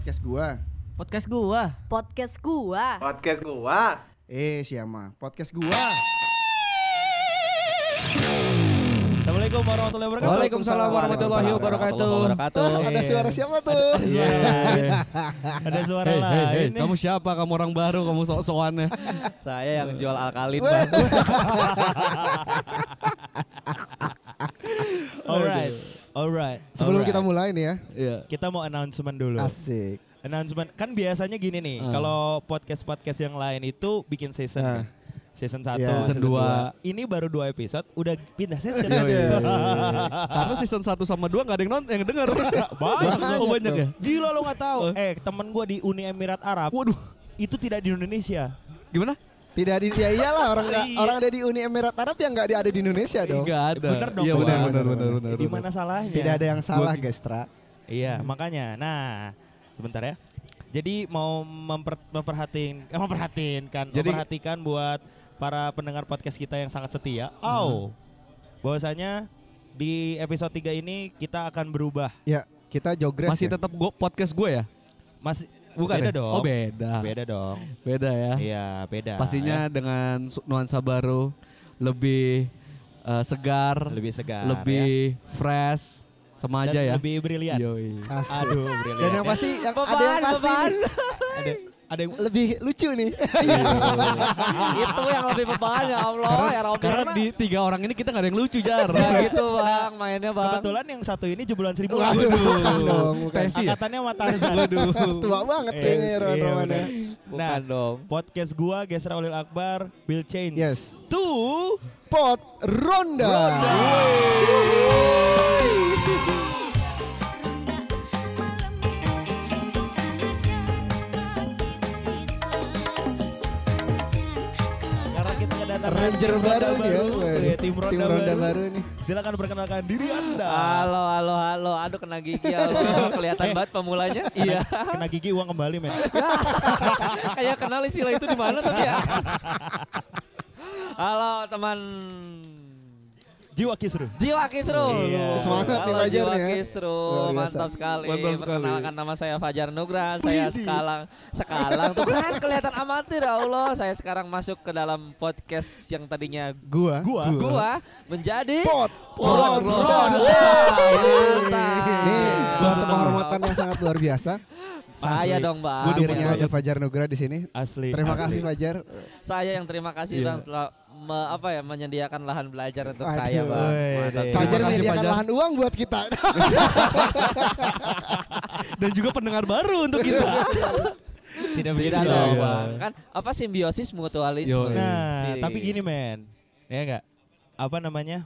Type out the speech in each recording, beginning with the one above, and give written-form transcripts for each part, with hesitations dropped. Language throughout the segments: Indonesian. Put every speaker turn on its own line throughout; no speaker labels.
podcast gua.
Podcast gua.
Podcast gua.
Podcast gua.
Siapa? Podcast gua.
Assalamualaikum warahmatullahi wabarakatuh.
Waalaikumsalam warahmatullahi wabarakatuh.
Ada suara siapa tuh?
Ada suara lain. Ada suara lain.
Kamu siapa? Kamu orang baru, kamu sok-sokannya.
Saya yang jual alkalin,
Weh.
Bang.
Alright.
Sebelum kita mulai nih ya.
Iya.
Kita mau announcement dulu.
Asik.
Announcement kan biasanya gini nih, kalau podcast yang lain itu bikin season kan. Season 1,
Iya.
Season 2.
Ini baru 2 episode udah pindah season.
Karena season 1 sama 2 enggak ada yang nonton, yang denger. Banyak ya.
Gila lo enggak tahu. Temen gua di Uni Emirat Arab.
Waduh,
Itu tidak di Indonesia.
gimana?
Tidak di ya iyalah orang ada di Uni Emirat Arab yang enggak ada di Indonesia dong.
Enggak ada.
Bener dong,
Iya
Bang.
benar.
Di mana salahnya?
Tidak ada yang salah, Gestra.
Iya, makanya. Nah, sebentar ya. Jadi mau memperhatikan buat para pendengar podcast kita yang sangat setia. Bahwasanya di episode 3 ini kita akan berubah.
Ya, kita jogres.
Masih
ya?
tetap podcast gue ya?
Masih
Bukan
beda
ya?
dong.
Oh beda.
Beda dong.
Beda ya.
Iya, beda.
Pastinya dengan nuansa baru, lebih segar,
lebih segar.
lebih fresh, sama aja
dan
ya.
lebih brilian.
Yoi.
Asik.
Aduh, brilian.
Dan yang pasti ada yang pasti
ada yang
lebih lucu nih.
Itu yang lebih beban ya Allah, ya Rabbi.
Karena di 3 orang ini kita nggak ada yang lucu, Jar.
Ya gitu Bang, mainnya Bang.
kebetulan yang satu ini jebolan 1000
Waduh, bukan dong, bukan.
Tesi ya?
Angkatannya sama Tarzan.
Tua banget kayaknya
Iya,
Rowan-Rowannya.
Nah,
Bukan dong.
podcast gua Gesra Ulil Akbar will change
Yes.
to
Pot Ronda.
karena kita kedatangan
Ranger
tim
baru nih ya.
Iya, tim Ronda baru.
nih.
Silakan perkenalkan diri Anda.
Halo. Aduh kena gigi Allah. Kelihatan banget pemulanya. Iya.
Kena gigi uang kembali, men.
Kayak kenal istilah itu di mana tapi ya. Halo teman
Jiwa Kisru.
Jiwa Kisru.
Iya.
Semangat nih
Halo
Fajar
Jiwa
ya.
Kisru,
Luar biasa.
mantap sekali.
Mantap sekali.
Perkenalkan nama saya Fajar Nugra. Saya sekarang tuh kan kelihatan amatir ya Allah. Saya sekarang masuk ke dalam podcast yang tadinya
Gua.
gua menjadi
Pot
Ronda.
Ini suatu
Mantap.
penghormatan yang sangat luar biasa.
Saya
Asli.
dong Bang.
Hadirnya ada Fajar Nugra di sini.
Asli.
Terima
asli.
kasih Fajar.
Saya yang terima kasih Bang setelah menyediakan lahan belajar untuk
Aduh.
saya Bang.
Wih,
Mantap.
deh.
Fajar
kasih,
menyediakan
Fajar.
lahan uang buat kita.
Dan juga pendengar baru untuk kita.
Tidak begitu
Tidak
dong,
dong
Iya.
Bang. Kan apa simbiosis mutualisme.
Yo,
Nah,
Si-
tapi gini men, ya enggak? Apa namanya?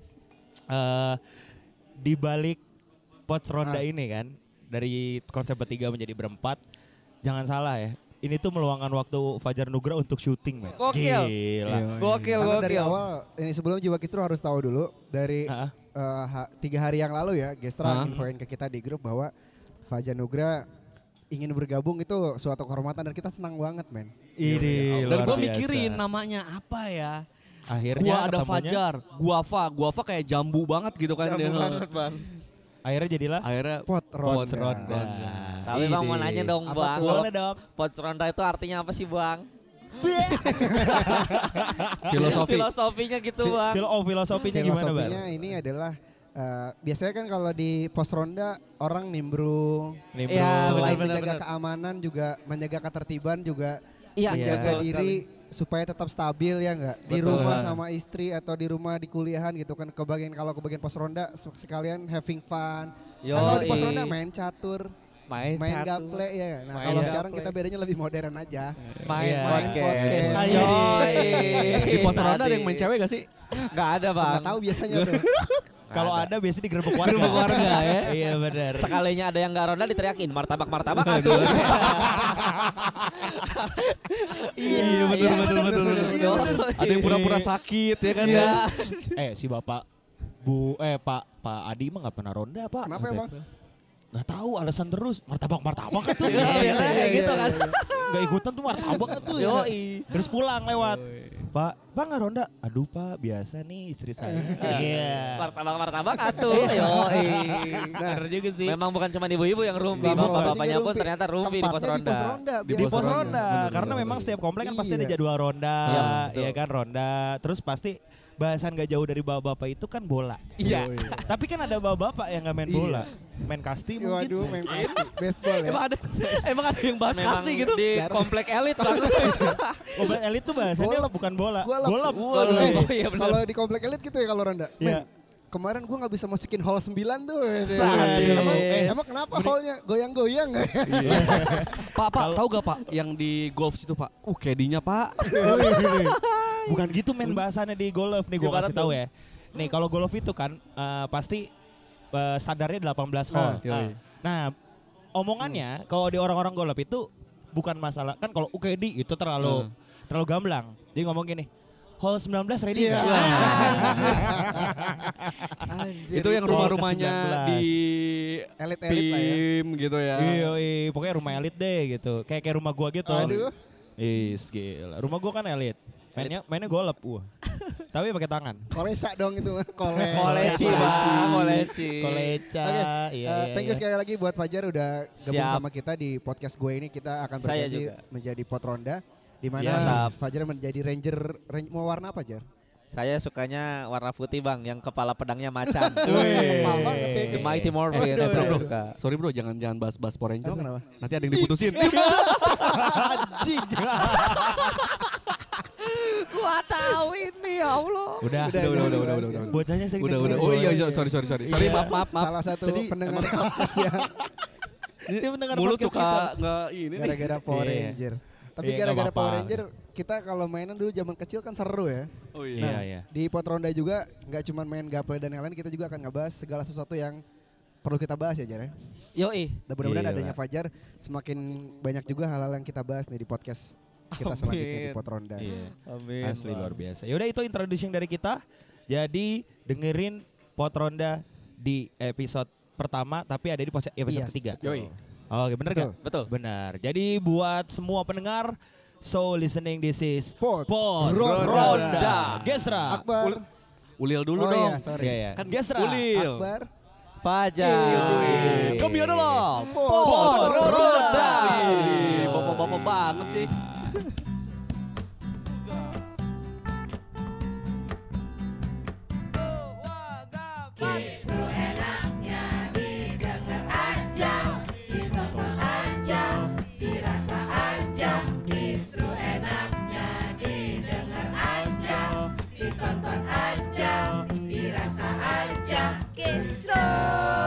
Di balik pot ronda ini kan, dari konsep bertiga menjadi berempat, jangan salah ya. Ini tuh meluangkan waktu Fajar Nugra untuk syuting, men.
Gokil.
Gila.
Gokil.
Karena dari awal ini sebelum Jiwa Kistro harus tahu dulu dari
Ah,
3 hari yang lalu ya Gestra
Ah.
infoin ke kita di grup bahwa Fajar Nugra ingin bergabung itu suatu kehormatan dan kita senang banget men.
Ini
Dan
luar
gue
biasa.
mikirin namanya apa ya.
Akhirnya
Gua ada
ketemunya-
Fajar, Guava kayak jambu banget gitu kan dia.
Bang.
Akhirnya jadilah
Akhirnya
Pot Ronda.
Ronda.
Tapi Bang mau
Ini.
nanya dong
Apa
Bang.
tuh?
Kalau
Boleh dong.
pot ronda itu artinya apa sih Bang?
filosofi.
Filosofinya gitu Bang.
Filosofinya gimana, Bar?
Filosofinya ini adalah biasanya kan kalau di pos ronda orang nimbrung,
Nih, bro.
Iya,
selain
benar,
menjaga
benar.
keamanan juga menjaga ketertiban juga
Iya,
menjaga
betul
diri supaya tetap stabil ya enggak di
Betul.
rumah sama istri atau di rumah di kuliahan gitu kan kalau kebagian pos ronda sekalian having fun.
Yo,
Kalau di pos ronda main catur,
main
main
catur.
gaple ya. Nah,
Main
kalau
gaple.
sekarang kita bedanya lebih modern aja.
Main
Iya.
podcast.
Ayo.
Di pos ronda ada yang main cewek gak sih?
Gak ada Bang.
Nggak tahu biasanya tuh.
Kalau ada biasanya digerebek warga.
Gerebek warga ya.
Iya benar.
Sekalinya ada yang gak ronda diteriakin martabak aduh.
Iya betul.
Yo.
Ada yang pura-pura sakit ya kan
Iya.
ya.
Si Bapak Pak Adi mah nggak pernah ronda, Pak.
Kenapa emang?
Nggak tahu alasan terus. Martabak tuh.
Iya, biasanya kayak gitu kan.
Nggak ikutan tuh martabak tuh ya.
Yoi.
Terus pulang lewat. Pak nggak ronda? Aduh Pak, biasa nih istri saya. Iya.
Martabak atuh. Yoi.
Bener juga sih.
Memang bukan cuma ibu-ibu yang rumpi,
Bapak-bapaknya
bapak-bapaknya pun
rumpi.
ternyata rumpi di pos
Tempatnya
ronda.
Di pos ronda, karena memang setiap komplek kan pasti ada
Iya.
jadwal ronda,
Iya, betul.
ya kan ronda. Terus pasti bahasan gak jauh dari bapak-bapak itu kan bola.
Iya.
Tapi kan ada bapak-bapak yang gak main
Iya.
bola, main kasti mungkin.
Waduh, main baseball ya.
Emang ada yang bahas
Memang
kasti gitu.
di komplek elit Bang.
Komplek elit tuh bahasannya
Golep.
bukan bola,
Golep.
golep.
Golep.
Eh,
Oh iya benar.
Kalau di komplek elit gitu ya kalau ronda.
Iya.
Men, kemarin gua nggak bisa masukin hall 9 tuh.
Sadis.
Emang kenapa hallnya goyang-goyang nggak?
Pak, tahu gak Pak yang di golf situ Pak? Caddy-nya Pak.
Bukan gitu men bahasannya di golf nih, gue
Gimana
kasih
tuh?
tahu ya. Nih kalau golf itu kan pasti standarnya 18 hole.
Yoi.
Nah, omongannya kalau di orang-orang golf itu bukan masalah kan kalau UKD itu terlalu gamblang. Jadi ngomong gini, hole 19 ready
Iya.
nggak?
Anjir.
Itu yang rumah-rumahnya di
Elit-elit lah ya.
tim gitu ya.
Iya, pokoknya rumah elit deh gitu. Kayak rumah gua gitu.
Aduh.
Gila. Rumah gua kan elit. Mainnya golep, tapi pakai tangan.
Koleca dong itu.
Koleci Bang, koleci.
Koleca.
Oke,
Iya.
thank you sekali lagi buat Fajar udah gabung
Siap.
sama kita di podcast gue ini. Kita akan
Saya
berjanji
juga.
menjadi pot ronda di mana
Mantap.
Fajar menjadi ranger mau warna apa Jar?
Saya sukanya warna putih Bang, yang kepala pedangnya macan.
Wih.
Mama ngetik.
The Mighty Morphin.
Aduh,
saya
aduh.
suka.
Sorry bro, jangan bahas Power Ranger.
Emang kenapa?
Nanti ada yang diputusin.
Anjing.
Gua tahu ini ya Allah.
Udah.
Udah.
Bocahnya sering
Udah.
dengerin.
Oh iya, sorry. Sorry,
Iya,
maaf.
Salah satu
Tadi
pendengar podcast yang
Dia mendengar
Mulut
podcast
suka
kita.
nggak ini nih.
gara-gara Power
Iya.
Ranger. Tapi
Iya,
gara-gara
nggak apa-apa.
Power Ranger kita kalau mainan dulu zaman kecil kan seru ya.
Oh
Iya, iya.
Di pot ronda juga nggak cuma main gaple dan yang lain, kita juga akan ngebahas segala sesuatu yang perlu kita bahas ya Jar ya.
Yoi.
Dan mudah-mudahan
Iya,
adanya
Pak.
Fajar semakin banyak juga hal-hal yang kita bahas nih di podcast kita selanjutnya di
Amin.
pot ronda.
Iya.
Amin.
Asli luar biasa. Yaudah itu introduction dari kita. Jadi dengerin pot ronda di episode pertama tapi ada di episode
Yes,
ketiga.
betul.
Yoi.
Oke, bener
Betul.
gak?
Betul.
Benar. Jadi buat semua pendengar, so listening this is
Pot
Ronda.
Ronda.
Gesra.
Akbar.
Ulil dulu
Oh
dong.
iya, sorry.
Iya, iya.
Kan
Gesra.
Ulil.
Akbar.
Fajar.
Kami adalah
Pot Ronda.
Ih, bapak-bapak banget sih.
Justru enaknya didengar aja, ditonton aja, dirasa aja. Justru enaknya didengar aja, ditonton aja, dirasa aja. Kisru.